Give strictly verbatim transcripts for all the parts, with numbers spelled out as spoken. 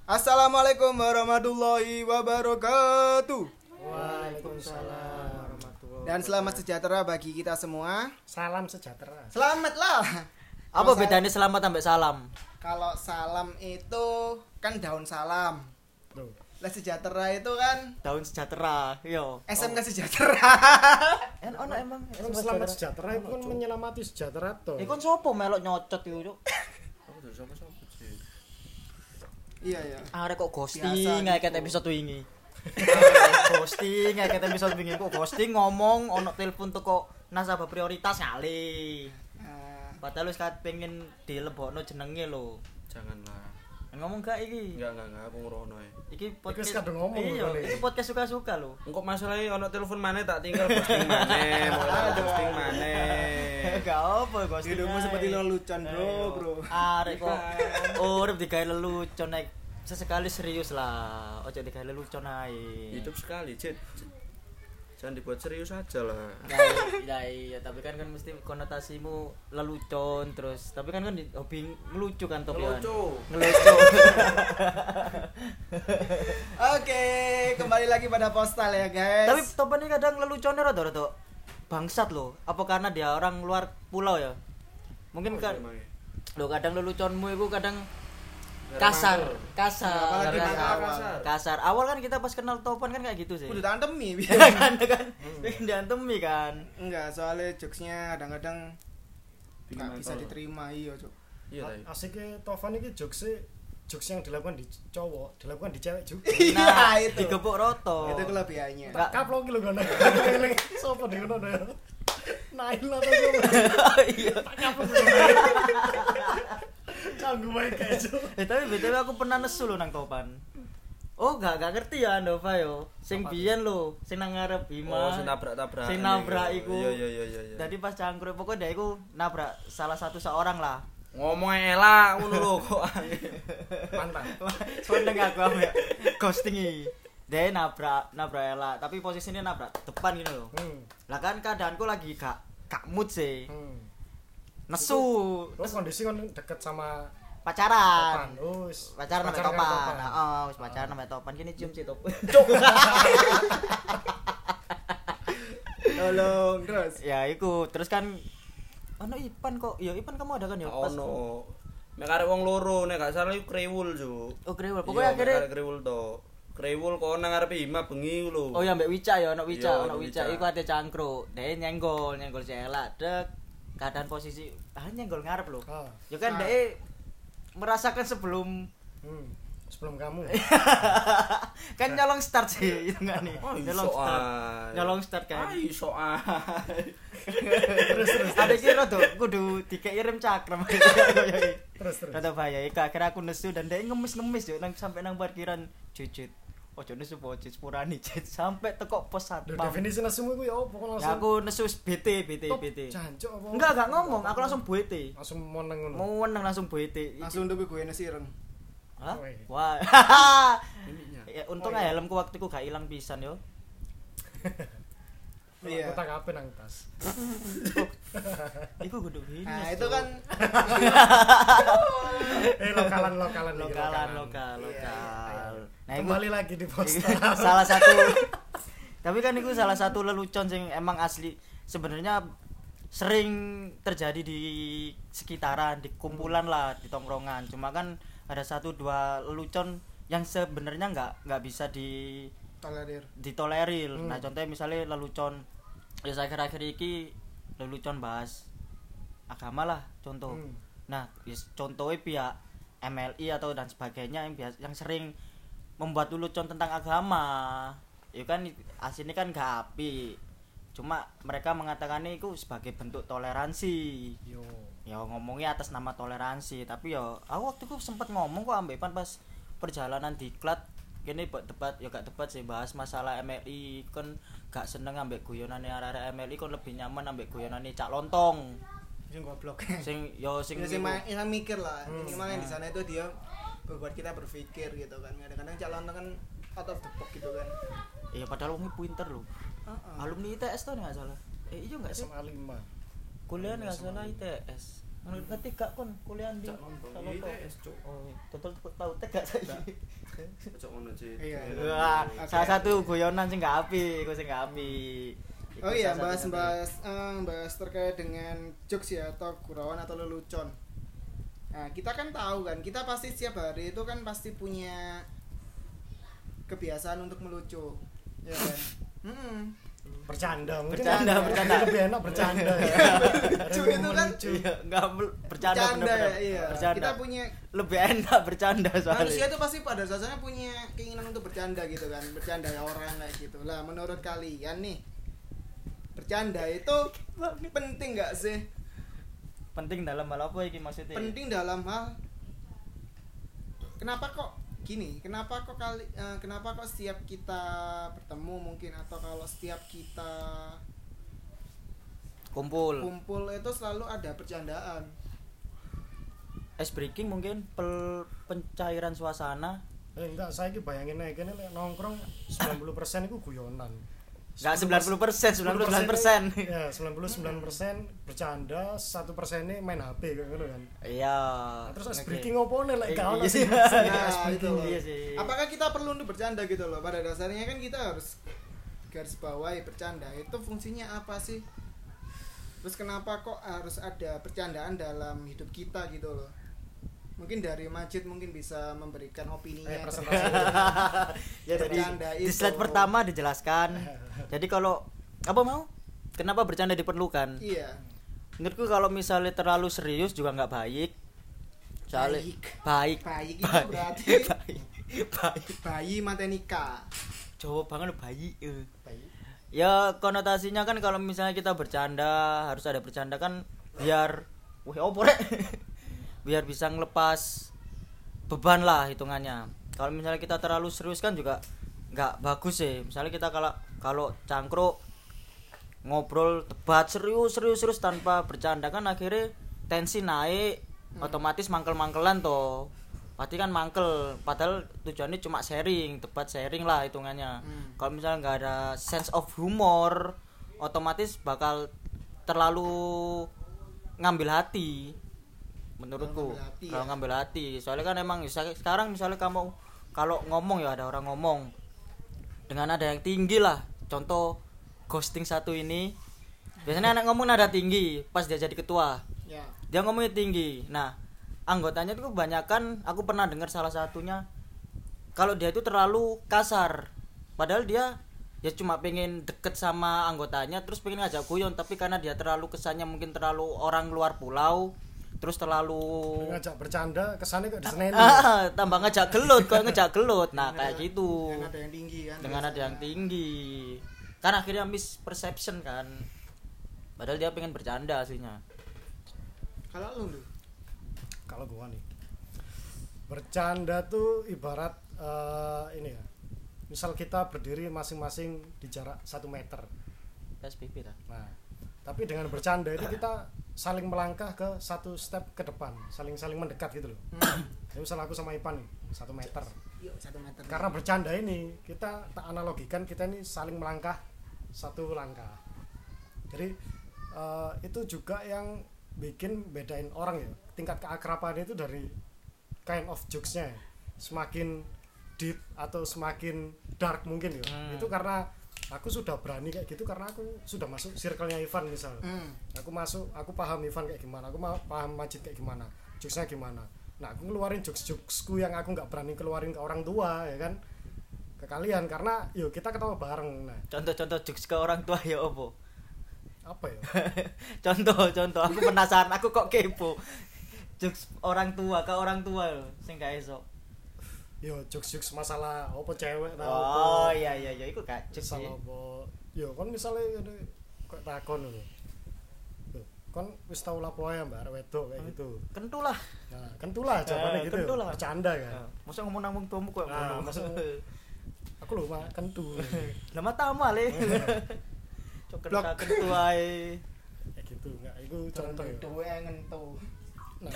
Assalamualaikum warahmatullahi wabarakatuh. Waalaikumsalam warahmatullahi. Dan selamat sejahtera bagi kita semua. Salam sejahtera. Selamat lah. Apa bedanya selamat sampai salam? Kalau salam itu kan daun salam. Tuh. Lah sejahtera itu kan Daun sejahtera, yo. S M K sejahtera. En ono emang Kan selamat sejahtera itu kan menyelamati sejahtera toh. Iku sopo melok nyocot iku, Cuk? Aku tuh sama-sama sih. Iya ya. Arek kok ghosting Biasa ngeket gitu. episode wingi. Arek ghosting ngeket episode wingi kok ghosting ngomong ono telepon teko nasabah prioritas ngale. Nah, Padahal wis pengen dilebokno jenenge lho. Janganlah. Ngomong gak iki? Enggak, enggak, enggak, aku ngerono ae. Iki wis kadung ngomong Iya, lho, iki podcast suka-suka lho. Engko masalahnya ono telepon maneh tak tinggal posting maneh, mau tak posting maneh. Gak apa ghosting. hidupmu ae. seperti lelucon, Bro, Bro. Arek kok urip digawe lelucon nek sesekali serius lah. Ojo digawe lelucon ae. Hidup sekali, Cid. Jangan dibuat serius aja lah. Ya, ya iya, tapi kan kan mesti konotasimu lelucon terus. Tapi kan kan di- hobi ngelucu kan Top ya. Ngelucu. Ngelucu. Oke, kembali lagi pada postal ya, guys. Tapi Topan ini kadang leluconnya rada-rada bangsat loh. Apa karena dia orang luar pulau ya? Mungkin kan lo kadang leluconmu itu kadang kasar, kasar, Apalagi kasar, di awal. kasar. Kasar. Awal kan kita pas kenal Topan kan kayak gitu sih. udah tantemi. kan kan. Diantemi kan. Enggak, soalnya jokesnya kadang-kadang Bikin nggak bisa mental. diterima, iya, Cuk. Iya, tapi. Asiknya Tovan iki jokes jokes yang dilakukan di cowok, dilakukan di cewek juga. Iya, Nah, itu. digepuk roto. Itu kelebihannya. Nggak. Kaplok iki lho ngono. Eling sopo di ngono ya. Naila to yo. Iya. Tak kaplok. Kanggo wae kejo. Eh tapi B T W aku pernah nesu lho nang Topan. Oh, gak gak ngerti ya Andova yo. Sing biyen lho, sing nang ngarep Bima. Oh, sing nabrak-tabrakan. Sing nabrak iku. Iya, iya, iya, iya. Jadi pas cangkruk pokoknya dia iku nabrak salah satu seorang lah. Ngomong elak ngono lho kok. Pantang. Seneng aku ambek ghosting iki. Dia nabrak nabrak Ella, tapi posisinya nabrak depan gitu loh. Hmm. Lah kan keadaanku lagi gak gak mood sih. Hmm. Nesu, Terus kondisi kan deket sama pacaran. Topan. Oh, wis. Pacaran sampai Pacaran Topan. Topan. Heeh, wis pacaran sampai Topan kini cium sih Top. Tolong terus. Ya iku, terus kan ono Ipan kok. Ya Ipan kamu ada kan ya? Pas- Ono. Nek arek wong loro nek gak salah iku krewul, Cuk. Oh, krewul. Pokoknya akhirnya krewul to. Krewul kok nang arep Hima bengi lho. oh ya mbak Wica ya, ono Wica, Iya, ono ono Wica. Wica. Iku ada cangkruk. Dia nyenggol, nyenggol si Ella. Dek, keadaan posisi ah nyenggol ngarep loh. Ah. Ya kan Ah. dia merasakan sebelum Hmm. Sebelum kamu. kan nyolong start sih itu enggak nih. Oh, Nyolong iso start. ae. Nyolong start kan. Ah, iso ae. Terus terus ada kira tuh kudu dikeirim cakram. Terus terus. Rada bahaya. Iku akhirnya aku nesu dan dia ngemis-ngemis yo nang sampai nang parkiran cucut. Ojo nesu pojit sepurani cet sampai teko pos Duh, satpam. definisi nasimu iku ya opo kok Ya langsung. aku nesu B T B T Top B T. jancuk apa? Enggak, enggak ngomong, aku langsung B T. langsung moneng ngono. Mau menang langsung B T. Langsung tuh gue nasi ireng. Hah? Woi. Wah. Ininya. Ya, untung Oh, iya. helmku waktu ku gak ilang pisan yo. Iya. Kita kapan nang tas? Iku kudu gini. Nah, itu kan Eh lokalan lokalan iki, lokalan lokal Iya, lokal. Nah, iku Kembali lagi di iku postal. salah satu tapi kan itu salah satu lelucon sing emang asli sebenarnya sering terjadi di sekitaran, di kumpulan lah, di tongkrongan. Cuma kan ada satu dua lelucon yang sebenarnya nggak nggak bisa di tolerir. ditolerir. Hmm. Nah, contohnya misalnya lelucon ya akhir-akhir iki lelucon bahas agama lah contoh. Hmm. Nah, yes, contohnya pihak M L I atau dan sebagainya yang bias, yang sering membuat lelucon tentang agama. Ya kan aslinya kan gak api. Cuma mereka mengatakannya itu sebagai bentuk toleransi. Yo. Ya ngomongnya atas nama toleransi, tapi ya aku waktu itu sempat ngomong kok ambek Ipan pas perjalanan di klat kene buat debat ya gak debat sih bahas masalah M L I kan gak seneng ambek guyonane arek-arek M L I kon lebih nyaman ambek guyonane Cak Lontong Sing goblok. sing yo sing Ya sing iku- ma- yang mikir lah. Hmm. Minimal yang di sana itu dia membuat kita berpikir gitu kan. Kadang-kadang calon kan out of the box gitu kan. iya padahal wong pinter loh. Heeh. Alumni I T S tuh nggak salah. Eh iya nggak sih? S M A lima. Kuliah nggak salah I T S. Ngerti gak kon kuliah di Cak Lontong. Cak Iya, Lontong. I T S, Cuk. Oh, total tahu teh gak saya. Ojo ngono, Cik. Iya. Wah, Oke. salah satu guyonan sing gak apik, iku sing gak apik. Iku Oh iya, salah satu bahas-bahas eh, bahas terkait dengan jokes ya atau gurauan atau lelucon. Nah, kita kan tahu kan, kita pasti setiap hari itu kan pasti punya kebiasaan untuk melucu. Ya kan? Mm-mm. Bercanda mungkin Bercanda, lebih- bercanda. lebih enak bercanda ya. Lucu itu kan Iya, enggak bercanda bercanda bener-bener. ya, iya. Bercanda. Kita punya Lebih enak bercanda manusia soalnya. itu pasti pada dasarnya punya keinginan untuk bercanda gitu kan, bercanda ya orang kayak gitu. Lah, menurut kalian nih, bercanda itu penting nggak sih? Penting dalam hal apa iki maksudnya? Penting dalam hal kenapa kok gini? Kenapa kok kali eh, kenapa kok setiap kita bertemu mungkin atau kalau setiap kita Kumpul. kumpul itu selalu ada bercandaan. Ice breaking mungkin pel pencairan suasana. Eh, enggak, saya ki bayangin aja kene lek nongkrong sembilan puluh persen itu guyonan. Enggak sembilan puluh persen, sembilan puluh sembilan persen. Ya, sembilan puluh sembilan persen bercanda, satu persen ini main H P kayak gitu kan. Iya. Nah, terus ice Oke. breaking opo nih lek gak ono Iya sih. sih. Nah, itu loh. Iya sih. Apakah kita perlu untuk bercanda gitu loh? Pada dasarnya kan kita harus garis bawahi bercanda. Itu fungsinya apa sih? Terus kenapa kok harus ada bercandaan dalam hidup kita gitu loh? Mungkin dari Majid mungkin bisa memberikan opininya. Eh, terkait presentasi. Ya tadi bercanda di itu. slide pertama dijelaskan. Jadi kalau apa mau? Kenapa bercanda diperlukan? Iya. Menurutku kalau misalnya terlalu serius juga nggak baik. Soalnya Baik. baik. Baik itu Baik. berarti baik. Baik. bayi matenika. Jawa banget bayi. eh. Baik. Ya konotasinya kan kalau misalnya kita bercanda harus ada bercanda kan biar wah opo rek. Biar bisa ngelepas beban lah hitungannya. Kalau misalnya kita terlalu serius kan juga nggak bagus sih. Misalnya kita kalau kalau cangkruk ngobrol debat serius serius serius tanpa bercanda kan akhirnya tensi naik, Hmm. otomatis mangkel-mangkelan toh. Pasti kan mangkel, padahal tujuannya cuma sharing, debat sharing lah hitungannya. Hmm. Kalau misalnya nggak ada sense of humor, otomatis bakal terlalu ngambil hati. Menurutku, Ngambil hati, kalau ya. ngambil hati, soalnya kan emang bisa- sekarang misalnya kamu kalau ngomong ya ada orang ngomong dengan nada yang tinggi lah. Contoh ghosting satu ini, biasanya anak ngomong nada tinggi pas dia jadi ketua, Ya. dia ngomongnya tinggi. Nah anggotanya itu kebanyakan, aku pernah dengar salah satunya kalau dia itu terlalu kasar, padahal dia ya cuma pengen deket sama anggotanya terus pengen ngajak guyon, tapi karena dia terlalu kesannya mungkin terlalu orang luar pulau, terus terlalu Ngajak bercanda kesannya kok diseneni. ah, tambah ngajak gelut, kok ngajak gelut. Nah kayak gitu Dengan ada yang tinggi kan. dengan ada yang tinggi kan akhirnya misperception kan, padahal dia pengen bercanda aslinya. Kalau lu lu Kalau gua nih bercanda tuh ibarat eh, ini ya, misal kita berdiri masing-masing di jarak satu meter. P S B B lah. Nah, tapi dengan bercanda itu kita saling melangkah ke satu step ke depan, saling-saling mendekat gitu loh. Ya, misal aku sama Ipan nih satu meter. yuk satu meter. Karena bercanda ini kita tak analogikan, kita ini saling melangkah satu langkah. Jadi eh, itu juga yang bikin bedain orang ya, tingkat keakraban itu dari kind of jokesnya ya. Semakin deep atau semakin dark mungkin ya. Hmm. Itu karena aku sudah berani kayak gitu karena aku sudah masuk circle-nya Ivan misal. Hmm. Aku masuk, aku paham Ivan kayak gimana, aku ma- paham Majid kayak gimana, jokesnya gimana. Nah aku ngeluarin jokes-jokesku yang aku nggak berani keluarin ke orang tua ya kan, ke kalian, karena yuk kita ketawa bareng. Nah Contoh-contoh jokes ke orang tua ya opo? apa ya, Contoh-contoh aku penasaran, aku kok kepo. Jokes orang tua ke orang tua lho, sing gak iso. yo jokes-jokes masalah apa cewek tau Oh apa, iya iya iya iku gak jokes sih. masalah apa, yo kan misalnya ini kok takon lho, Loh, kon wis tau lapo ae mbak arek wedok kayak gitu. Kentu lah. Nah kentulah jawabannya Eh, gitu, kentu lah. bercanda kan. Ya, masa ngomong nang wong tuamu kok Nah, ngono. maksud- aku lho mah kentu Lah mata male. Cok Blok. kentu kentu ae. kayak gitu. Enggak, itu contoh ya. Duwe ngentu. Nah,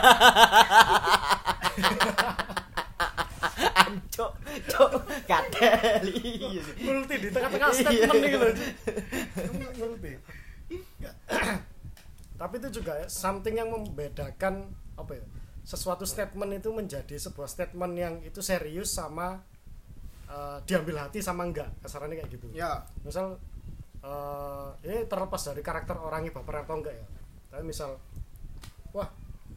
Ancok, cok, kadeli. multi di tengah-tengah statement nih gitu. Multi. Nggak. Tapi itu juga ya, something yang membedakan apa ya? sesuatu statement itu menjadi sebuah statement yang itu serius sama uh, diambil hati sama enggak, kasarannya kayak gitu. Ya. Misal uh, ini terlepas dari karakter orangnya baper atau enggak ya. Tapi misal, wah,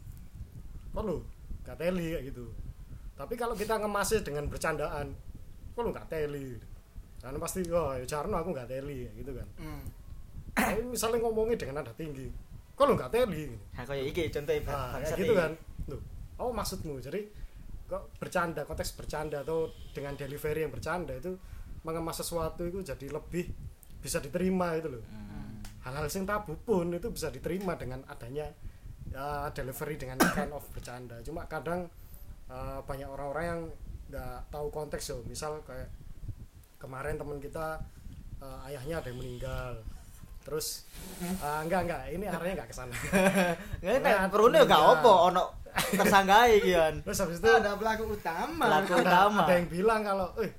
kok lu gak teli kayak gitu. Tapi kalau kita ngemasnya dengan bercandaan, kok lu gak teli, karena pasti, wah ya Jarno aku gak teli gitu kan. Hmm. Tapi misalnya ngomongnya dengan nada tinggi, kok lu gak teli? Nah, kayak iki contohnya Nah, kayak gitu kan. Tuh, apa maksudmu? Jadi kok bercanda, konteks bercanda atau dengan delivery yang bercanda itu mengemas sesuatu itu jadi lebih bisa diterima itu loh. Hmm. Hal-hal sing tabu pun itu bisa diterima dengan adanya ya, delivery dengan kind of bercanda. Cuma kadang uh, banyak orang-orang yang nggak tahu konteks yo. Misal kayak kemarin teman kita uh, ayahnya ada yang meninggal. Terus uh, enggak enggak ini arahnya enggak ke sana. Nggak perune gak opo ono tersangkai kian. Terus habis itu Ada pelaku utama. Pelaku ada, utama. ada yang bilang kalau, "Eh,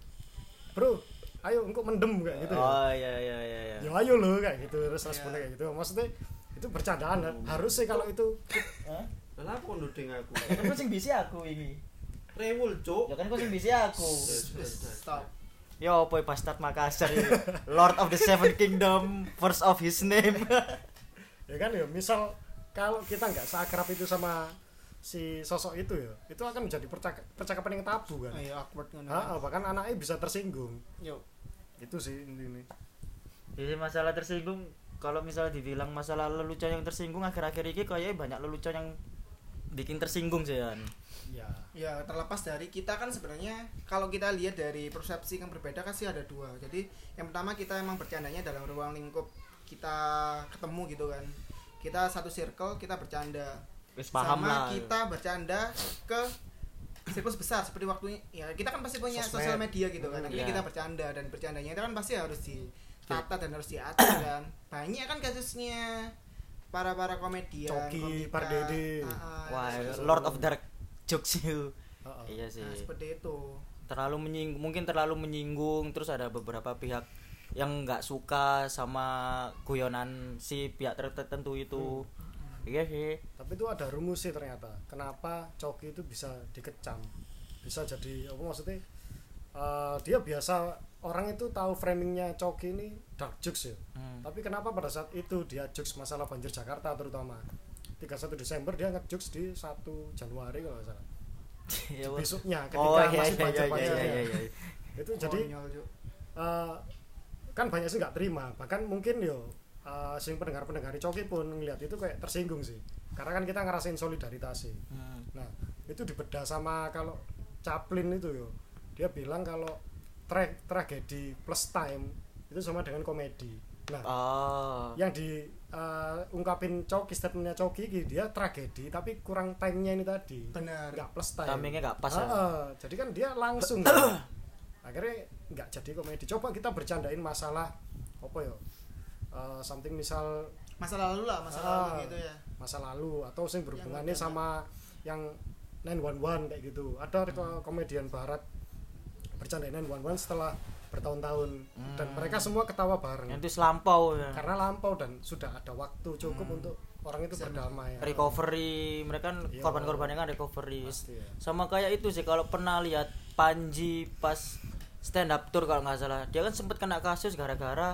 Bro, ayo engkau mendem kayak gitu." Oh iya iya iya iya. Ya ayo lo kayak gitu, terus responnya kayak gitu. Maksudnya itu bercandaan kan. Harus sih kalau itu Hah? Lah apa nuding aku? Kan kok sing bisi aku iki. Rewul, Cuk. Ya kan kok sing bisi aku. Stop. Yo boy bastard Makassar ini. Lord of the Seven Kingdom, first of his name. ya kan ya, misal kalau kita nggak seakrab itu sama si sosok itu ya, itu akan menjadi percak- percakapan yang tabu kan. Ayo awkward ngono. Ha, bahkan anaknya bisa tersinggung. Yo. Itu sih intinya. Jadi masalah tersinggung, kalau misalnya dibilang masalah lelucon yang tersinggung akhir-akhir ini kayaknya banyak lelucon yang bikin tersinggung sih kan. Ya. Ya terlepas dari kita kan sebenarnya kalau kita lihat dari persepsi yang berbeda kan sih ada dua. Jadi yang pertama kita emang bercandanya dalam ruang lingkup kita ketemu gitu kan. Kita satu circle kita bercanda. Wis paham Sama lah. kita bercanda ke siklus besar seperti waktunya ya kita kan pasti punya Sosmed. sosial media gitu kan. Akhirnya Iya. kita bercanda dan bercandanya itu kan pasti harus ditata dan harus diatur kan. Banyak kan kasusnya para para komedian, Coki, komika. Pardede. Ah, ah, Wah, yang- Lord of Dark Jokes you. Oh, oh. Iya sih. Nah, seperti itu. Terlalu menyinggung, mungkin terlalu menyinggung, terus ada beberapa pihak yang nggak suka sama guyonan si pihak tertentu itu. Iya sih. Tapi itu ada rumus sih ternyata. Kenapa Coki itu bisa dikecam? Bisa jadi apa maksudnya? Uh, dia biasa orang itu tahu framingnya Coki ini dark jokes ya. Hmm. Tapi kenapa pada saat itu dia jokes masalah banjir Jakarta terutama tiga puluh satu Desember dia nge-jokes di satu Januari kalau nggak salah. Iya, Di besoknya ketika oh, iya, masih iya, iya, banjir-banjirnya. iya, iya, iya. Itu jadi Konyol, Cuk. uh, kan banyak sih nggak terima. Bahkan mungkin yo uh, sing pendengar-pendengar Coki pun ngelihat itu kayak tersinggung sih. Karena kan kita ngerasain solidaritas sih. Hmm. Nah, itu dibedah sama kalau Chaplin itu yo. Dia bilang kalau tra- tragedi plus time itu sama dengan komedi. Nah, Oh. yang di uh, ungkapin Coki, statementnya Coki gitu, dia tragedi tapi kurang time-nya ini tadi. Benar. Nggak plus time. Timingnya nggak pas ya. Ah, jadi kan dia langsung akhirnya nggak jadi komedi. Coba kita bercandain masalah apa ya? Uh, something misal Masa lalu lah, masa Ah. lalu gitu ya. masa lalu atau sing berhubungannya Yang sama yang sembilan satu satu kayak gitu. Ada Hmm. komedian barat bercandain sembilan satu satu setelah bertahun-tahun dan Hmm. mereka semua ketawa bareng. Yang itu selampau ya. Karena lampau dan sudah ada waktu cukup Hmm. untuk orang itu Bisa berdamai. Recovery, mereka kan Iya. korban-korbannya kan recovery. Pasti ya. Sama kayak itu sih kalau pernah lihat Panji pas stand up tour kalau nggak salah, dia kan sempat kena kasus gara-gara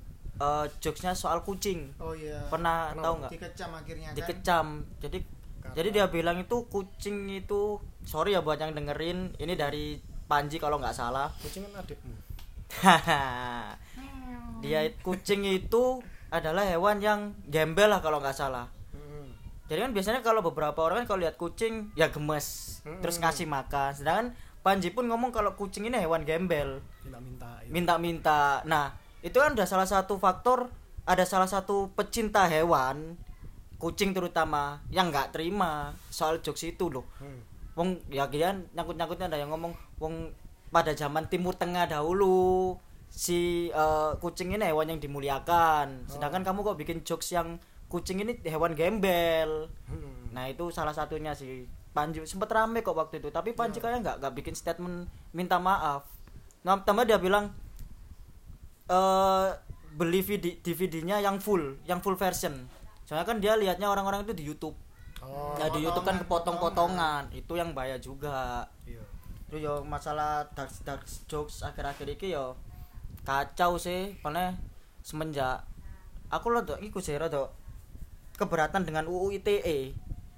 uh, jokesnya soal kucing. Oh iya. Pernah Kenapa? tahu nggak? Dikecam akhirnya kan. Dikecam. Jadi Karena- jadi dia bilang itu kucing itu, sorry ya buat yang dengerin, ini dari Panji kalau nggak salah. Kucing kan adikmu. Dia kucing itu adalah hewan yang gembel lah kalau nggak salah. Hmm. Jadi kan biasanya kalau beberapa orang kan kalau lihat kucing ya gemes, Hmm. terus ngasih makan. Sedangkan Panji pun ngomong kalau kucing ini hewan gembel, Minta-minta. ya. minta-minta. Nah, itu kan udah salah satu faktor, ada salah satu pecinta hewan, kucing terutama, yang nggak terima soal jokes itu loh. Hmm. Wong ya kian nyangkut-nyangkutnya ada yang ngomong wong pada zaman Timur Tengah dahulu si eh, kucing ini hewan yang dimuliakan. Sedangkan kamu kok bikin jokes yang kucing ini hewan gembel. Hmm. Nah, itu salah satunya sih. Panji sempat rame kok waktu itu, tapi Panji kayak nggak nggak bikin statement minta maaf. Nah, tambah dia bilang eh beli D V D D V D-nya yang full, yang full version. Soalnya kan dia lihatnya orang-orang itu di YouTube. Oh, Nah di YouTube kan potongan, kepotong-potongan, itu yang bahaya juga. iya. Terus yo masalah dark dark jokes akhir-akhir iki yo kacau sih, karena semenjak aku lo tuh iku sih rada keberatan dengan U U I T E.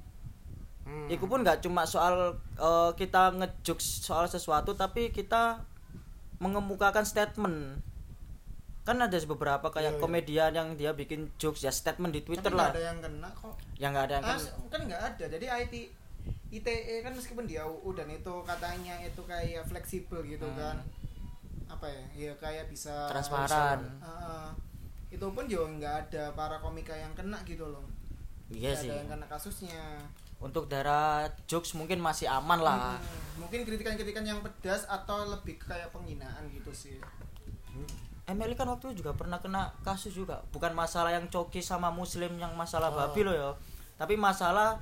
Hmm. Iku pun nggak cuma soal uh, kita ngejokes soal sesuatu, tapi kita mengemukakan statement. Kan ada beberapa kayak Iya, iya. komedian yang dia bikin jokes ya statement di Twitter Tapi lah. nggak ada yang kena kok. Yang nggak ada yang Ah, kan. kan nggak ada. Jadi I T I T E kan meskipun dia U U dan itu katanya itu kayak fleksibel gitu Hmm. kan. Apa ya? Ya kayak bisa Transparan. Uh, itu pun juga nggak ada para komika yang kena gitu loh. Iya Nggak sih. ada yang kena kasusnya. Untuk daerah jokes mungkin masih aman lah. Hmm, mungkin kritikan-kritikan yang pedas atau lebih kayak penghinaan gitu sih. Emily kan waktu itu juga pernah kena kasus juga, bukan masalah yang coki sama muslim yang masalah Oh. babi loh ya, tapi masalah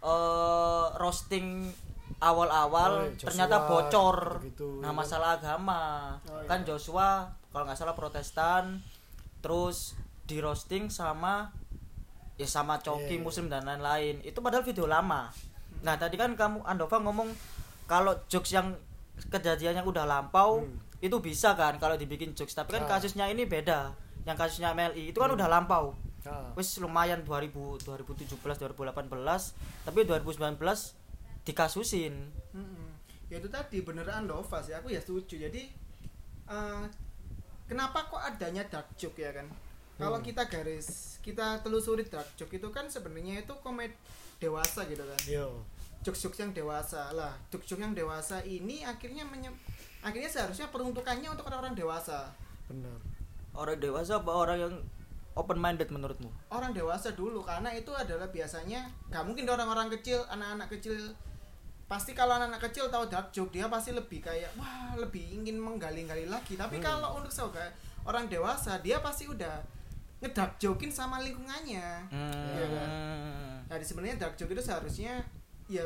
eh, roasting awal-awal Oh, Joshua, ternyata bocor. gitu-gitu. Nah masalah agama Oh, iya. kan Joshua kalau nggak salah Protestan, terus di roasting sama ya sama coki Iya, iya. muslim dan lain-lain. Itu padahal video lama. Nah tadi kan kamu Andova ngomong kalau jokes yang kejadian yang udah lampau Hmm. itu bisa kan kalau dibikin jokes, tapi kan Ah. kasusnya ini beda. Yang kasusnya M L I itu kan udah lampau. Ah. Wis lumayan dua ribu, dua ribu tujuh belas, dua ribu delapan belas, tapi dua ribu sembilan belas dikasusin. Mm-mm. Ya itu tadi beneran Andova sih, aku ya setuju. Jadi eh, kenapa kok adanya dark joke ya kan? Kalau Hmm. kita garis, kita telusuri dark joke itu kan sebenarnya itu komedi dewasa gitu kan. Yo. Jokes-jokes yang dewasa lah. Jokes-jokes yang dewasa ini akhirnya menye- akhirnya seharusnya peruntukannya untuk orang-orang dewasa. Benar. Orang dewasa apa orang yang open minded menurutmu? Orang dewasa dulu, karena itu adalah biasanya gak mungkin orang-orang kecil, anak-anak kecil. Pasti kalau anak-anak kecil tahu dark joke, dia pasti lebih kayak wah, lebih ingin menggali-gali lagi. Tapi Hmm. kalau untuk sebagai orang dewasa, dia pasti udah ngedark jokein sama lingkungannya. Hmm. Iya kan? Nah, di sebenarnya dark joke itu seharusnya ya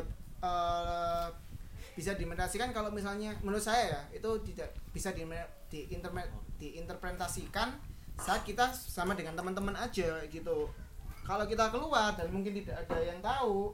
eh, bisa diinterpretasikan, kalau misalnya menurut saya ya, itu tidak bisa di diinterpre- diinterpretasikan saat kita sama dengan teman-teman aja gitu. Kalau kita keluar dan mungkin tidak ada yang tahu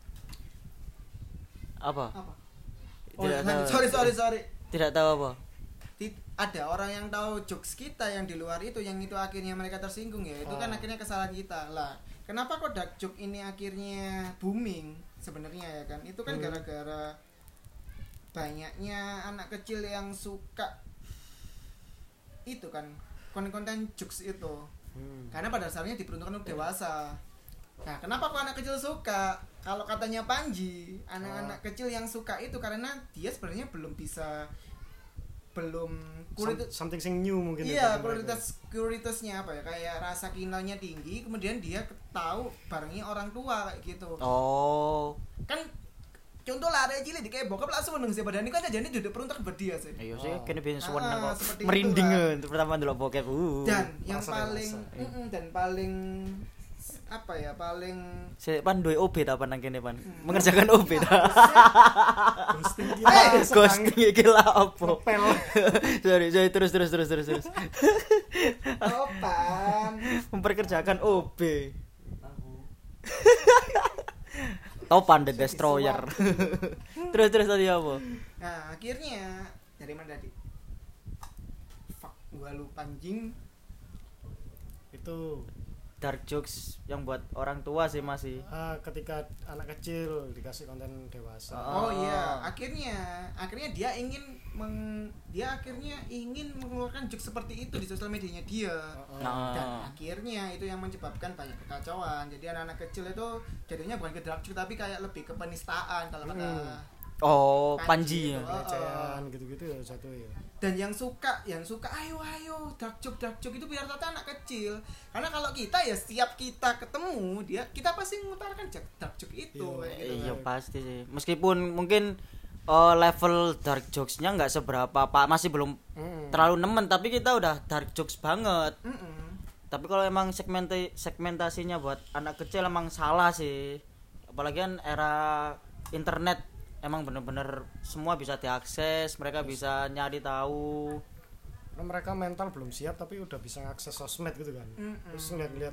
Apa? apa? Oh, Tidak tahu. sorry sorry sorry. Tidak tahu apa? Ti- ada orang yang tahu jokes kita yang di luar itu, yang itu akhirnya mereka tersinggung ya, itu kan Oh. akhirnya kesalahan kita lah. Kenapa kok dark joke ini akhirnya booming sebenarnya ya kan? Itu kan Hmm. gara-gara banyaknya anak kecil yang suka itu kan konten-konten jokes itu. Hmm. Karena pada dasarnya diperuntukkan untuk dewasa. Nah, kenapa kok anak kecil suka? Kalau katanya Panji, anak-anak kecil yang suka itu karena dia sebenarnya belum bisa belum Some- kualitas something sing new mungkin. iya itu kualitas kualitasnya apa ya, kayak rasa kinalnya tinggi, kemudian dia tahu barangnya orang tua kayak gitu Oh. kan. Contoh lah, ada cilik di kayak bokap langsung meneng sih, padahal ini kan aja ini duduk peruntuk buat dia sih. Iya sih, Oh. kene ben suwen Ah, kok. seperti Merinding itulah. eh, untuk pertama ndelok bokep. Uh. Dan yang Masa paling dewasa, mm-mm, dan paling apa ya, paling Sik pan duwe O B ta pan nang kene pan. Hmm. Mengerjakan O B ta. Ghosting iki Eh, lah, Ghosting iki lah opo? ngepel. Sorry, sorry terus terus terus terus terus. topan. Memperkerjakan O B. Topan the Destroyer. Terus terus tadi apa? Nah, akhirnya dari mana tadi? Fuck, gua lupa anjing. Itu Dark jokes yang buat orang tua sih masih. ah, ketika anak kecil dikasih konten dewasa. Ah. Oh iya, akhirnya akhirnya dia ingin meng, dia akhirnya ingin mengeluarkan jokes seperti itu di sosial medianya dia. Oh, oh. Nah. Dan akhirnya itu yang menyebabkan banyak kekacauan. Jadi anak-anak kecil itu jadinya bukan ke dark joke tapi kayak lebih ke penistaan kalau kata Hmm. Oh, Panji Panji. itu. Pelecehan gitu-gitu ya satu ya. Dan yang suka, yang suka ayo ayo dark joke dark joke itu biar rata anak kecil. Karena kalau kita ya setiap kita ketemu dia, kita pasti mengutarakan jak- dark joke itu Iya, kayak gitu. Iya kan. pasti sih. Meskipun mungkin eh, level dark jokes-nya nggak seberapa, Pak, masih belum Mm-mm. terlalu nemen, tapi kita udah dark jokes banget. Mm-mm. Tapi kalau emang segmenti segmentasinya buat anak kecil emang salah sih. Apalagi kan era internet, emang bener-bener semua bisa diakses, mereka bisa nyari tahu. Karena mereka mental belum siap tapi udah bisa ngakses sosmed gitu kan. Mm-mm. Terus ngeliat-ngeliat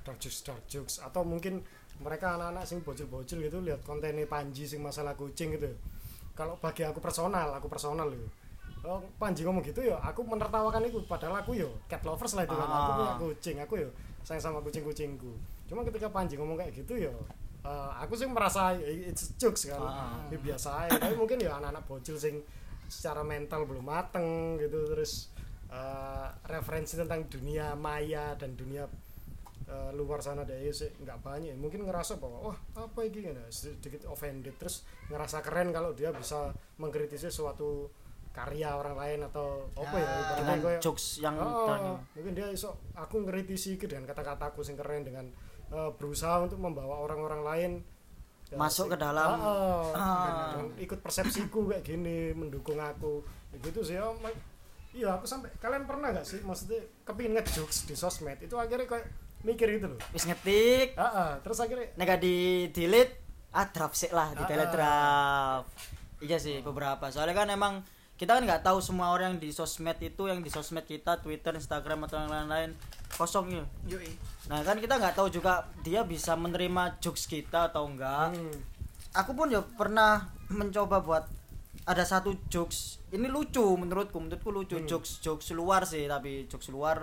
dark jokes dark jokes atau mungkin mereka anak-anak sing bocil-bocil gitu lihat kontennya Panji sing masalah kucing gitu. Kalau bagi aku personal, aku personal loh. Oh, Panji ngomong gitu ya, aku menertawakan itu padahal aku yo cat lovers lah itu kan. Aku punya kucing, aku yo sayang sama kucing-kucingku. Cuma ketika Panji ngomong kayak gitu ya uh, aku sih merasa it's jokes kan. Ya, biasa aja. Tapi mungkin ya anak-anak bocil sing secara mental belum mateng gitu terus uh, referensi tentang dunia maya dan dunia uh, luar sana deh sih nggak banyak mungkin ngerasa bahwa wah apa ini ya sedikit offended terus ngerasa keren kalau dia bisa mengkritisi suatu karya orang lain atau apa ya dengan kayak, jokes yang oh, dan, mungkin dia iso aku ngkritisi dengan kata-kataku sing keren dengan uh, berusaha untuk membawa orang-orang lain ya, masuk sih, ke dalam oh, ah. dengan ikut persepsiku kayak gini mendukung aku ya gitu sih oh, iya aku sampai kalian pernah nggak sih maksudnya kepingin ngejokes di sosmed itu akhirnya kayak mikir gitu loh wis ngetik ah, ah, terus akhirnya nega di delete ah draft sih lah di Ah, delete ah. draft iya sih beberapa soalnya kan emang kita kan nggak tahu semua orang yang di sosmed itu yang di sosmed kita Twitter Instagram atau yang lain-lain kosong ya Yoi. nah kan kita nggak tahu juga dia bisa menerima jokes kita atau enggak hmm, aku pun ya pernah mencoba buat ada satu jokes ini lucu menurutku menurutku lucu Hmm. jokes jokes luar sih tapi jokes luar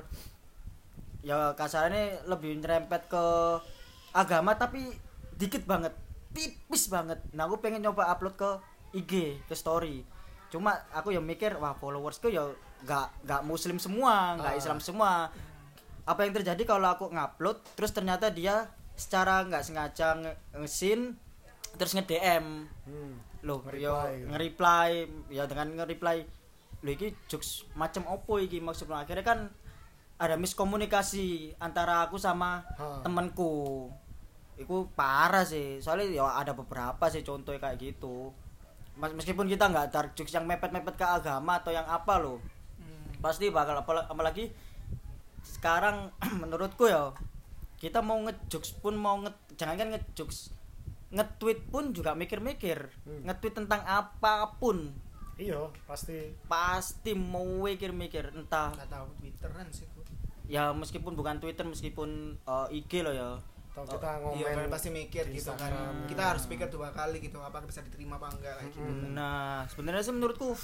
ya kasarnya lebih nyerempet ke agama tapi dikit banget tipis banget nah aku pengen nyoba upload ke I G ke story cuma aku yang mikir wah followersku ya nggak nggak muslim semua nggak Ah. Islam semua apa yang terjadi kalau aku ngupload terus ternyata dia secara nggak sengaja nge- ngesin terus nge-D M hmm. loh Nge-reply yo gitu. nge-reply ya dengan nge-reply lho iki jokes macam opo iki maksudnya akhirnya kan ada miskomunikasi antara aku sama Ha. temanku itu parah sih soalnya ya ada beberapa sih contohnya kayak gitu Mas- meskipun kita nggak dark jokes yang mepet-mepet ke agama atau yang apa loh Hmm. pasti bakal apal- apalagi sekarang menurutku ya kita mau ngejokes pun mau nge jangan kan ngejokes nge-tweet pun juga mikir-mikir Hmm. nge-tweet tentang apapun iya pasti pasti mau mikir-mikir entah Nggak tahu Twitteran sih gua. ya meskipun bukan Twitter meskipun uh, I G loh ya atau kita ngomong Iya kan pasti mikir di gitu kan. Instagram. Kita harus pikir dua kali gitu apakah bisa diterima apa enggak kayak gitu. kan. nah sebenarnya sih menurutku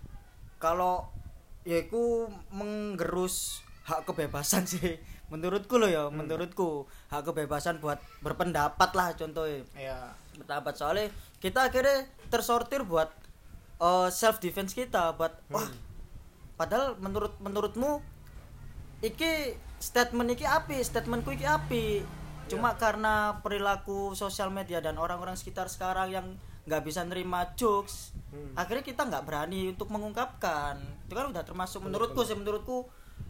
kalau ya itu menggerus hak kebebasan sih menurutku loh ya menurutku hak kebebasan buat berpendapat lah contohnya Iya. berpendapat soalnya kita akhirnya tersortir buat uh, self defense kita buat wah padahal menurut menurutmu iki statement iki api statementku iki api cuma karena perilaku sosial media dan orang-orang sekitar sekarang yang nggak bisa nerima jokes Hmm. akhirnya kita nggak berani untuk mengungkapkan itu kan udah termasuk menurutku sih menurutku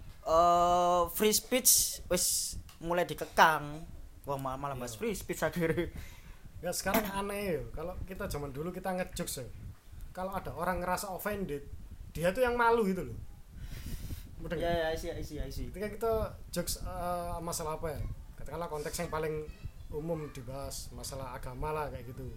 uh, free speech wis mulai dikekang wah malah malah bahas free speech akhirnya ya sekarang aneh ya kalau kita zaman dulu kita ngejokes ya kalau ada orang ngerasa offended dia tuh yang malu gitu loh Mudah ya nggak? ya isi isi isi ketika kita jokes uh, masalah apa ya katakanlah konteks yang paling umum dibahas masalah agama lah kayak gitu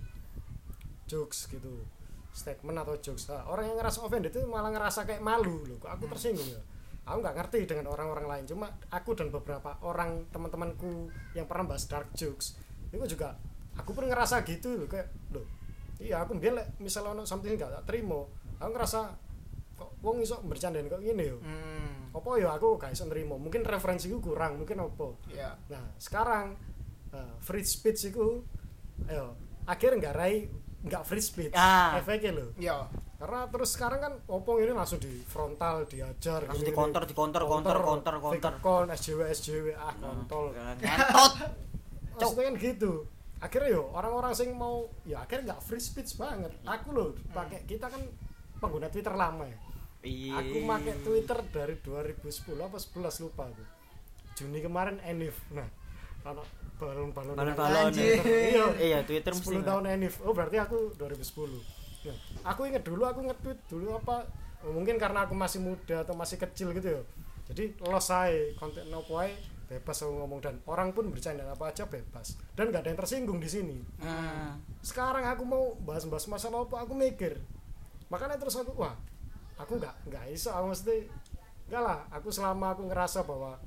jokes gitu statement atau jokes nah, orang yang ngerasa offended itu malah ngerasa kayak malu loh kok aku tersinggung ya aku nggak ngerti dengan orang-orang lain cuma aku dan beberapa orang teman-temanku yang pernah bahas dark jokes itu juga aku pun ngerasa gitu loh kayak loh iya aku biar misalnya ono something nggak terima aku ngerasa kok wong iso bercandain kok gini yo Hmm. apa ya aku gak iso nrimo mungkin referensiku kurang mungkin apa Iya. nah sekarang uh, free speech itu ayo akhirnya nggak rai nggak free speech Ah. efeknya loh Iya. karena terus sekarang kan opong ini langsung di frontal diajar langsung gini-gini. dikonter dikonter konter konter konter fake account S J W S J W ah kontol ngentot maksudnya kan gitu akhirnya yo orang-orang sing mau ya akhirnya nggak free speech banget aku loh pakai kita kan pengguna Twitter lama ya iya aku pakai Twitter dari dua ribu sepuluh apa sebelas lupa aku Juni kemarin Enif nah kalau balon-balon balon-balon Anjir. iya iya Twitter mesti sepuluh tahun Enif oh berarti aku dua ribu sepuluh ya, aku inget dulu aku nge-tweet dulu apa oh, mungkin karena aku masih muda atau masih kecil gitu ya jadi los ae konten opo ae bebas aku ngomong dan orang pun bercanda apa aja bebas dan gak ada yang tersinggung di sini hmm. sekarang aku mau bahas-bahas masalah apa aku mikir makanya terus aku wah aku nggak nggak iso aku mesti enggak lah aku selama aku ngerasa bahwa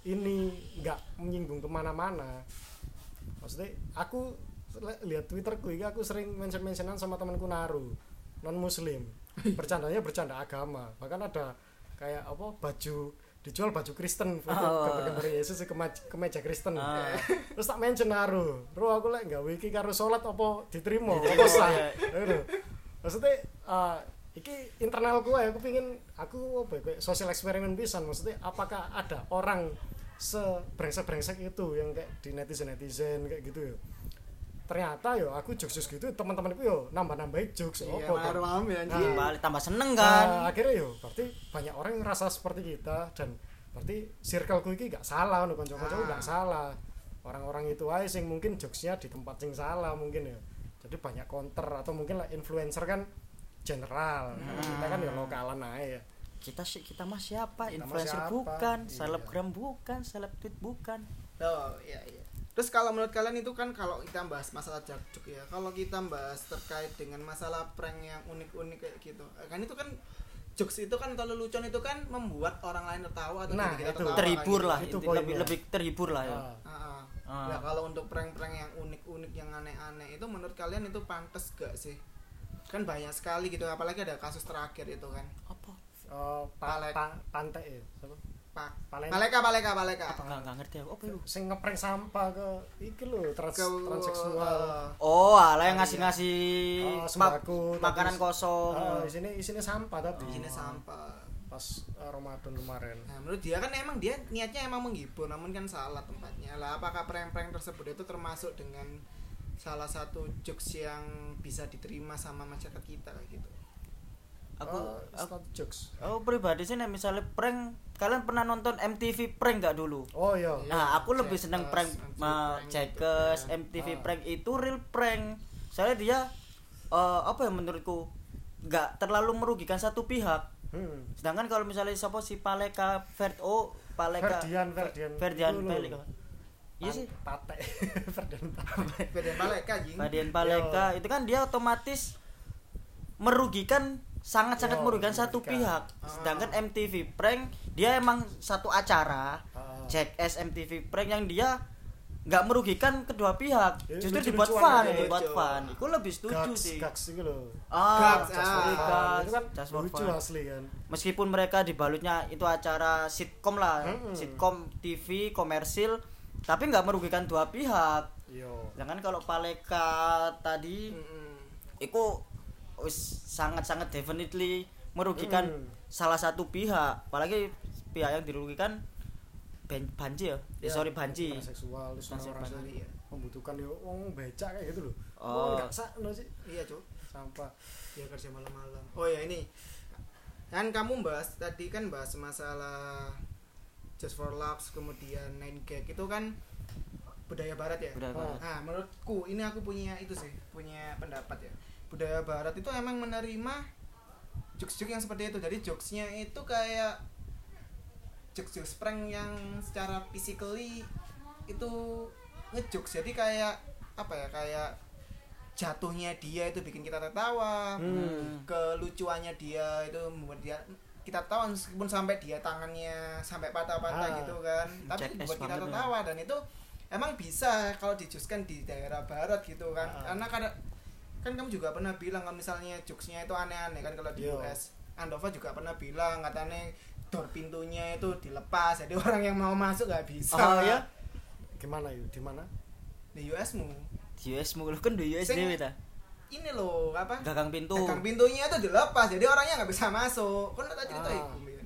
ini nggak menyinggung kemana-mana, maksudnya aku lihat Twitterku ini aku sering mention-mentionan sama temanku Naru non muslim, bercandanya bercanda agama, bahkan ada kayak apa baju dijual baju Kristen, foto Oh. gambar Yesus ke kemeja Kristen. Ah. Terus tak mention Naru, "Ro aku lek gawe iki karo salat apa diterima? Apa sah?" Ngono. Maksudnya uh, iki internalku ya, aku pingin aku apa ya, kayak sosial eksperimen pisan, maksudnya apakah ada orang sebrengsek-brengsek itu yang kayak di netizen-netizen kayak gitu ya. Ternyata yo aku jokes-jokes gitu teman-temanku yo nambah-nambahin jokes Iya, apa malah rame anjir. Nah. Balik tambah seneng Nah, kan. akhirnya yo berarti banyak orang yang ngerasa seperti kita, dan berarti circleku iki gak salah, no kanca-kancaku Ah. gak salah. Orang-orang itu aja sing mungkin jokesnya di tempat sing salah mungkin ya. Jadi banyak counter, atau mungkin lah influencer kan general. Kita kan ya lokalan aja ya. Kita sih kita mah siapa? Kita mah Influencer siapa? bukan, Iya. selebgram bukan, seleb tweet bukan. Oh iya iya. Terus kalau menurut kalian itu kan kalau kita bahas masalah jakjuk ya, kalau kita bahas terkait dengan masalah prank yang unik-unik kayak gitu, kan itu kan jokes itu kan kalau lelucon itu kan membuat orang lain tertawa atau Nah, kita itu. tertawa. Terhibur kayak lah, Itu itu poinnya. lebih lebih terhibur lah ya. Ah. gitu. Ah, ah. Ah. Nah, kalau untuk prank-prank yang unik-unik yang aneh-aneh itu menurut kalian itu pantas gak sih? Kan banyak sekali gitu, apalagi ada kasus terakhir itu kan. Apa? Oh, pa, Palek. pa, pantai ya. Siapa? Pak Palen- Paleka Paleka Paleka. Enggak enggak ngerti aku. Apa itu? Sing ngeprank sampah ke iki lho, trans Ke transseksual. eh, Oh, alah yang ngasih-ngasih Oh, ma- sembako, makanan tapi- kosong. Ah, isinya isinya sampah tapi di sini sampah. pas uh, Ramadan kemarin. Nah, menurut dia kan emang dia niatnya emang menghibur, namun kan salah tempatnya. Lah apakah prank-prank tersebut itu termasuk dengan salah satu jokes yang bisa diterima sama masyarakat kita kayak gitu? Aku Oh, it's aku, not jokes. aku pribadi sih nih, misalnya prank, kalian pernah nonton M T V prank gak dulu? Oh iya. Iya. Nah, aku lebih seneng Jackers, prank M T V ma- prank Jackers, gitu. M T V Ah. prank itu real prank. Soalnya dia eh, apa ya menurutku nggak terlalu merugikan satu pihak. Hmm. Sedangkan kalau misalnya siapa si Paleka Ferd oh Paleka Ferdian Ferdian. Ferdian Itu lho. Paleka. Iya sih. Pate. Ferdian Pate. Beda Paleka jing. Ferdian Paleka itu kan dia otomatis merugikan sangat-sangat Yo, merugikan satu merugikan. pihak. Ah. Sedangkan M T V prank dia emang satu acara Ah. Jackass M T V prank yang dia nggak merugikan kedua pihak, Ya, justru lucu-lucuan dibuat fun, aja. dibuat Lucu. fun. Aku lebih setuju Gags, sih. gags itu lho. Ah, Gags, just for ah. fun. Ah, itu kan Just for lucu fun. asli kan. Meskipun mereka dibalutnya itu acara sitkom lah, Mm-mm. sitkom T V komersil, tapi nggak merugikan dua pihak. Yo. Jangan kalau Paleka tadi, Mm-mm. itu wis sangat-sangat definitely merugikan Mm. salah satu pihak, apalagi pihak yang dirugikan Ben, Banji ya, eh, sorry Banji. Seksual terus orang Sorry, ya. membutuhkan yo wong becak kayak gitu loh. Oh. Enggak sakno sih Iya, Cuk. sampah. Dia kerja malam-malam. Oh ya ini. Kan kamu bahas tadi kan bahas masalah Just for Laughs kemudian Nine Gag itu kan budaya barat ya. Budaya Oh. barat. Nah, menurutku ini aku punya itu sih, punya pendapat ya. Budaya barat itu emang menerima jokes-jokes yang seperti itu. Jadi jokesnya itu kayak jokes-jokes prank yang secara physically itu ngejokes. Jadi kayak apa ya? Kayak jatuhnya dia itu bikin kita tertawa. Hmm. Kelucuannya dia itu membuat dia kita tahu meskipun sampai dia tangannya sampai patah-patah Ah. gitu kan. Tapi Jackass buat kita banget ya. tertawa dan itu emang bisa kalau dijuskan di daerah barat gitu kan. Ah. Karena kadang kan kamu juga pernah bilang kalau misalnya jokesnya itu aneh-aneh kan kalau di Yo. U S. Andova juga pernah bilang katanya door pintunya itu dilepas jadi orang yang mau masuk nggak bisa. Oh ya, Gimana yuk? Di mana? Di U S-mu. di U S mulu kan di U S Sing- dewe ta. Ini loh apa? Gagang pintu. Gagang pintunya itu dilepas jadi orangnya nggak bisa masuk. Kan tadi cerita Ah. ibu. Min.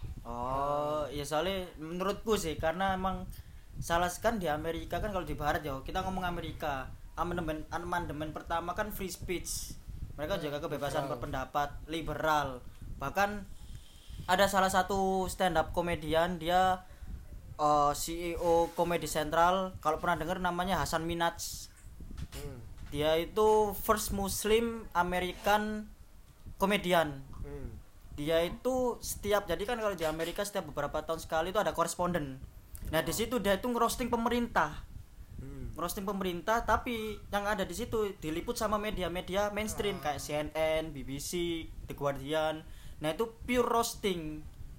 Oh, ya soalnya menurutku sih karena emang salah kan di Amerika kan kalau di barat ya kita ngomong Amerika amandemen amandemen pertama kan free speech, mereka jaga kebebasan Liberal. berpendapat, liberal. Bahkan ada salah satu stand up komedian dia uh, C E O Comedy Central, kalau pernah dengar namanya Hasan Minhaj. Hmm. Dia itu first Muslim American komedian. Hmm. Dia itu setiap jadi kan kalau di Amerika setiap beberapa tahun sekali itu ada koresponden. Nah, di situ dia itu ngerosting pemerintah. Hmm. Ngerosting pemerintah tapi yang ada di situ diliput sama media-media mainstream kayak C N N, B B C, The Guardian. Nah, itu pure roasting.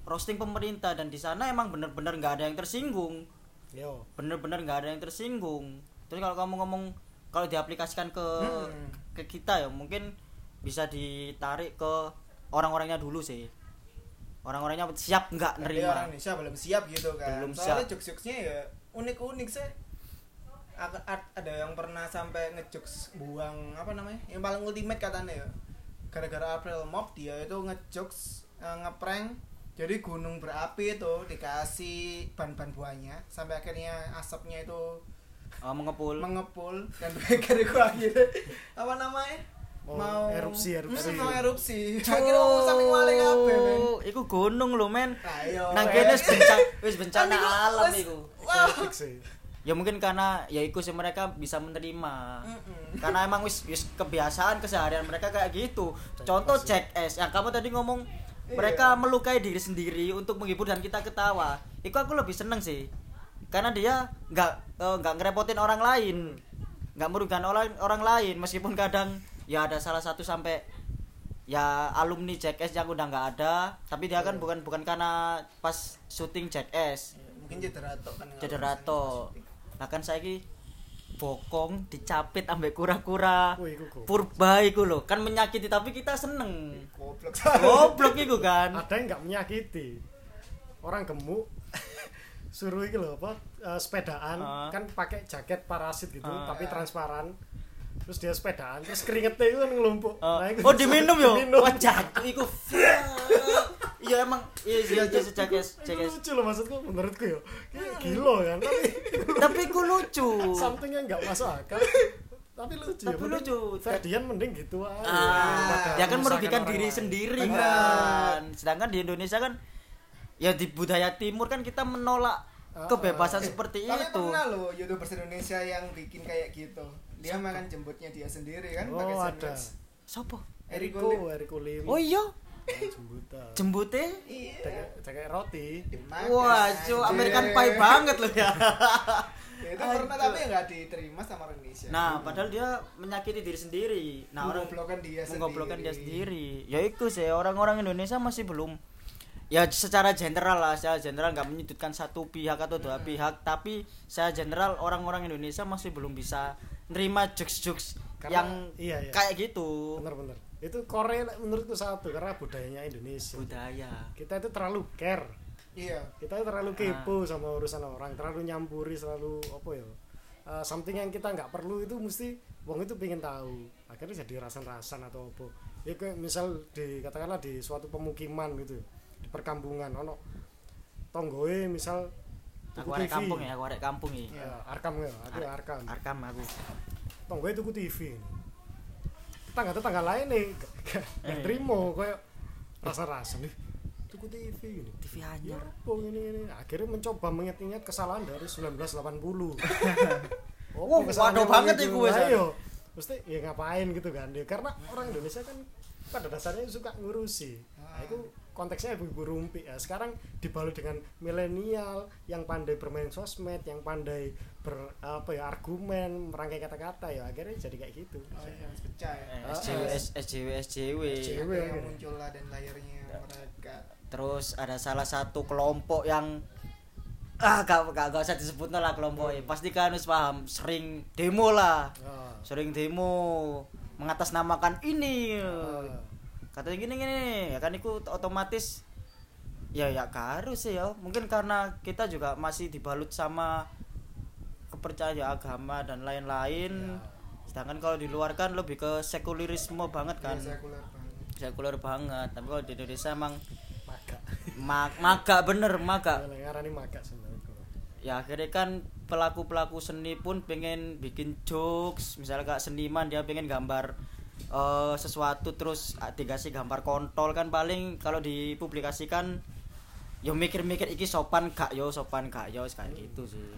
roasting pemerintah dan di sana emang bener-bener nggak ada yang tersinggung. Yo. Bener-bener nggak ada yang tersinggung. Terus kalau kamu ngomong kalau diaplikasikan ke Hmm. ke kita ya mungkin bisa ditarik ke orang-orangnya dulu sih. Orang-orangnya siap nggak Tapi nerima. orang Indonesia belum siap gitu kan. Belum Soalnya siap. jokes-jokesnya ya unik-unik sih. Ak- ad- ada yang pernah sampai ngejokes buang apa namanya? Yang paling ultimate katanya ya. Gara-gara April Mop dia itu ngejokes uh, ngeprank. Jadi gunung berapi itu dikasih ban-ban buahnya sampai akhirnya asapnya itu Oh, mengepul. mengepul dan gara-gara akhirnya apa namanya? Mau erupsi, erupsi. Mm, mau erupsi. Akhirnya mau sampai wale kabeh, men. Iku gunung lho, men. Nah, iya. Nang kene wis bencana wis bencana Kan iku alam wis- iku. Wah. Epic sih. Ya mungkin karena ya iku sih mereka bisa menerima. Mm-mm. Karena emang wis wis kebiasaan keseharian mereka kayak gitu. Contoh Jackass yang kamu tadi ngomong mereka Iya. melukai diri sendiri untuk menghibur dan kita ketawa. Iku aku lebih seneng sih. Karena dia nggak eh, nggak ngerepotin orang lain. Nggak merugikan orang orang lain meskipun kadang ya ada salah satu sampai ya alumni Jackass yang udah nggak ada, tapi dia kan bukan bukan karena pas syuting Jackass. Mungkin cederato kan. Cederato. Nah kan saiki bokong dicapit ambek kura-kura. Wih, iku kok. Purba iku lho, kan menyakiti tapi kita seneng. Goblok. Goblok iku kan. Ada yang nggak menyakiti. Orang gemuk suruh iki lho apa eh, sepedaan Ah. kan pakai jaket parasit gitu Ah. tapi transparan. Terus dia sepedaan terus keringetnya itu kan ngelumpuk. Oh, Nah, itu oh bisa diminum yo. diminum. Wah jatuh iku. Iya emang iya iya iya Jackass Itu Jackass. lucu loh maksudku menurutku ya. Kayak gila kan tapi Tapi iku lucu. something yang nggak masuk akal. Tapi lucu ya. Tapi mending lucu. Ferdian mending gitu aja. Ah, daripada dia kan menyusahkan merugikan orang diri lain. sendiri Benar. kan. Sedangkan di Indonesia kan ya di budaya timur kan kita menolak Ah, kebebasan ah. seperti Tapi itu. pernah loh YouTubers Indonesia yang bikin kayak gitu. Dia makan jembutnya dia sendiri kan pakai Oh, ada. sandwich. Sopo? Eriko Eriko, Eriko Lim. Oh iya, Jembutan. jembute. Iya. Kayak kayak roti. Dimakan, Wah, cu anjir. American Pie banget loh ya. Ya, itu pernah Aduh. tapi nggak diterima sama orang Indonesia. Nah, padahal dia menyakiti diri sendiri. Nah, orang Menggoblokkan dia menggoblokkan dia sendiri. sendiri. Ya itu sih orang-orang Indonesia masih belum ya secara general lah, secara general nggak menyudutkan satu pihak atau dua pihak, tapi secara general orang-orang Indonesia masih belum bisa nerima jokes-jokes Karena- yang iya, iya. kayak gitu. Bener-bener. Itu Korea menurutku satu karena budayanya Indonesia. Budaya. Kita itu terlalu care. Iya. Kita terlalu kepo sama urusan orang, terlalu nyampuri, selalu apa ya? Uh, something yang kita nggak perlu itu mesti wong itu pengen tahu. Akhirnya jadi rasan-rasan atau apa. Ya kayak misal di katakanlah di suatu pemukiman gitu. Di perkampungan ono tonggoe misal Aku tuku arek T V. kampung ya, aku arek kampung ya. Ya, Arkam ya, aku Arek- Arkam. Arkam aku. Tonggoe tuku T V. Tetangga-tetangga lain nih gak Eh. terima kayak rasa-rasa nih. Tuku T V gini. T V Ya anyar. apa ini ini akhirnya mencoba mengingat-ingat kesalahan dari sembilan belas delapan puluh. Wah, waduh banget iku wis. Ayo. Mesti ya ngapain gitu kan dia karena orang Indonesia kan pada dasarnya suka ngurusi. Nah, itu konteksnya ibu-ibu rumpi ya. Sekarang dibalut dengan milenial yang pandai bermain sosmed, yang pandai ber apa ya argumen, merangkai kata-kata ya akhirnya jadi kayak gitu. Oh, iya, pecah ya. Eh, S J W S S J W S J W. S J W. Ada yang muncul lah dan layarnya mereka. Terus ada salah satu kelompok yang ah gak gak, gak usah disebut lah kelompoknya. Pasti kan harus paham, sering demo lah. Ah. Sering demo mengatasnamakan ini. Ah. Katanya gini gini, ya kan itu otomatis ya ya gak harus sih ya. Mungkin karena kita juga masih dibalut sama kepercayaan agama dan lain-lain. Sedangkan kalau di luar kan lebih ke sekulerisme banget kan. Iya, sekuler banget. Sekuler banget. Tapi kalau di Indonesia emang Maga. mag maga bener maga. Yang ngarani maga sebenarnya. Ya akhirnya kan pelaku-pelaku seni pun pengen bikin jokes, misalnya kayak seniman dia pengen gambar uh, sesuatu terus uh, dikasih gambar kontol kan paling kalau dipublikasikan yo mikir-mikir iki sopan gak yo sopan gak yo kayak gitu sih.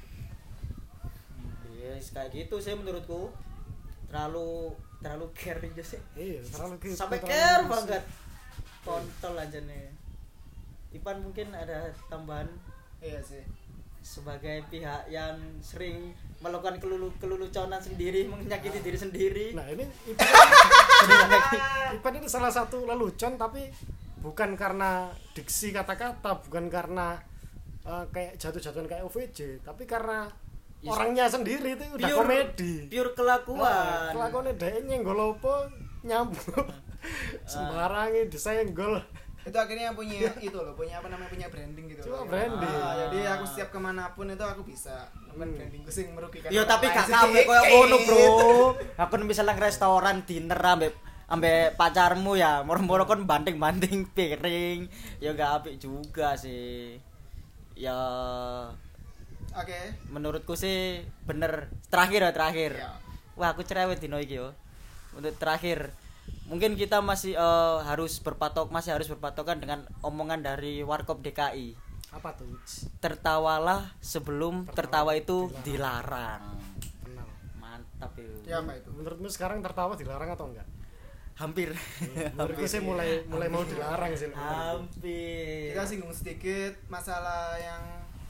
Yes, kayak gitu sih menurutku. Terlalu terlalu care aja sih. Iya, terlalu gitu. Sampai terlalu care ngurusi. banget. Kontol aja nih. Ipan mungkin ada tambahan Iya sih. sebagai pihak yang sering melakukan kelulu keluluconan sendiri, menyakiti diri sendiri. Nah ini Ipan, Ipan ini salah satu lelucon tapi bukan karena diksi kata-kata, bukan karena uh, kayak jatuh-jatuhan kayak O V J, tapi karena Yes. orangnya sendiri itu udah Pure- komedi. Pure kelakuan. Nah, kelakuannya dia nyenggol apa nyambung sembarangnya disenggol. Itu akhirnya punya itu loh, punya apa namanya, punya branding gitu Cuma loh. branding. Ah, jadi aku setiap kemanapun itu aku bisa kan Hmm. brandingku sing merugikan. Yo orang tapi lain gak sedikit. kabeh koyo ngono, Bro. Aku misalnya nang restoran dinner ambek ambek pacarmu ya, moro-moro kon banting-banting piring, ya gak apik juga sih. Ya Oke. menurutku sih bener. Terakhir ya terakhir. Iya. Wah, aku cerewet dino iki yo. Untuk terakhir, mungkin kita masih eh, harus berpatok masih harus berpatokan dengan omongan dari Warkop D K I. Apa tuh? Tertawalah sebelum tertawa, Tertawa itu dilarang. dilarang. Kenal. Mantap yo. Ya apa itu? Menurutmu sekarang tertawa dilarang atau enggak? Hampir. Menurutku sih mulai mulai mau dilarang sih. Hampir. Kita singgung sedikit masalah yang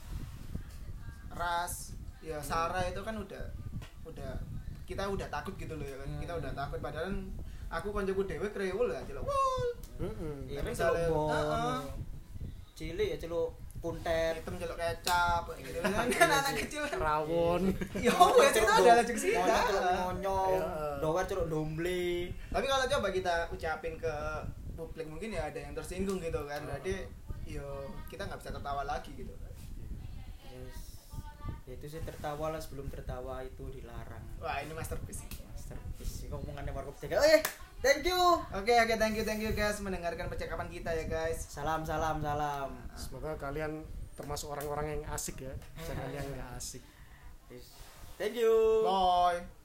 ras, ya sara itu kan udah udah kita udah takut gitu loh ya kan. Kita udah takut padahal aku koncoku dhewe krewul ya celuk. Wul. Heeh. Iya, Tapi misalnya misalnya, heeh. cilik ya celuk kuntet. Hitam celuk kecap gitu kan kan anak kecil kan. Rawon. Ya wes itu adalah juk sih. Monyong celuk monyong, Ya. dower celuk domble. Tapi kalau coba kita ucapin ke publik mungkin ya ada yang tersinggung gitu kan. Berarti yo kita nggak bisa tertawa lagi gitu. Yes. Ya itu sih tertawa lah sebelum tertawa itu dilarang. Wah, ini masterpiece. Masterpiece. Kok omongannya Warkop D K I. Oke, thank you. Oke, oke, thank you, thank you guys mendengarkan percakapan kita ya guys. Salam salam salam. Semoga kalian termasuk orang-orang yang asik ya, jangan yang enggak asik. Yes. Thank you. Bye.